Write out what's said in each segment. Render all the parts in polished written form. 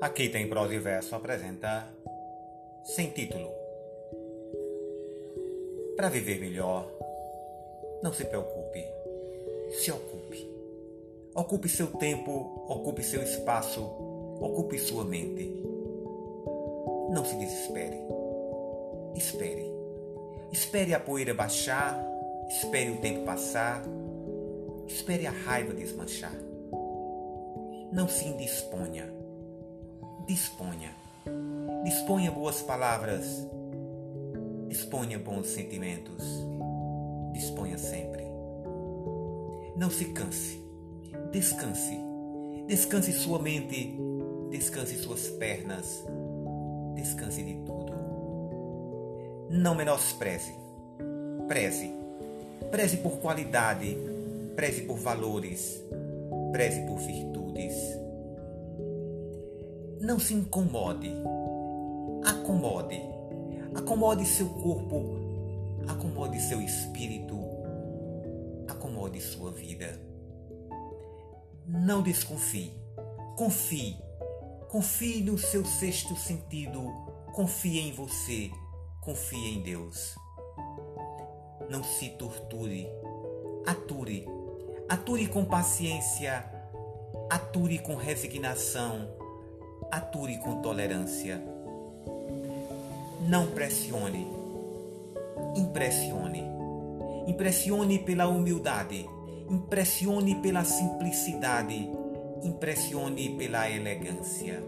Aqui tem prosa e verso apresenta Sem Título. Para viver melhor, não se preocupe, se ocupe. Ocupe seu tempo, ocupe seu espaço, ocupe sua mente. Não se desespere. Espere. Espere a poeira baixar, espere o tempo passar, espere a raiva desmanchar. Não se indisponha. Disponha. Disponha boas palavras. Disponha bons sentimentos. Disponha sempre. Não se canse. Descanse. Descanse sua mente. Descanse suas pernas. Descanse de tudo. Não menospreze. Preze. Preze por qualidade. Preze por valores. Preze por virtudes. Não se incomode. Acomode. Acomode seu corpo. Acomode seu espírito. Acomode sua vida. Não desconfie. Confie. Confie no seu sexto sentido. Confie em você. Confie em Deus. Não se torture. Ature. Ature com paciência. Ature com resignação. Ature com tolerância. Não pressione. Impressione. Impressione pela humildade. Impressione pela simplicidade. Impressione pela elegância.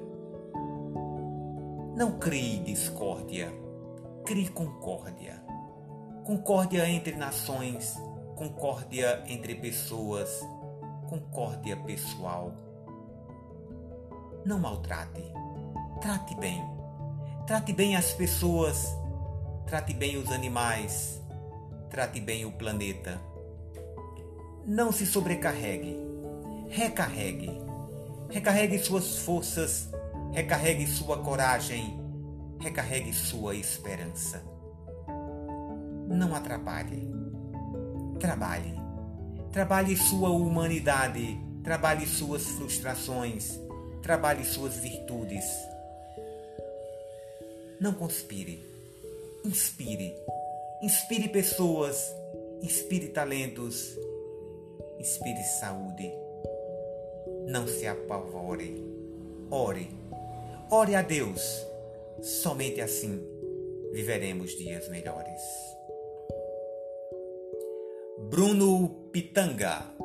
Não crie discórdia. Crie concórdia. Concórdia entre nações. Concórdia entre pessoas. Concórdia pessoal. Não maltrate. Trate bem. Trate bem as pessoas. Trate bem os animais. Trate bem o planeta. Não se sobrecarregue. Recarregue. Recarregue suas forças. Recarregue sua coragem. Recarregue sua esperança. Não atrapalhe. Trabalhe. Trabalhe sua humanidade. Trabalhe suas frustrações. Trabalhe suas virtudes. Não conspire. Inspire. Inspire pessoas. Inspire talentos. Inspire saúde. Não se apavore. Ore. Ore a Deus. Somente assim viveremos dias melhores. Bruno Pitanga.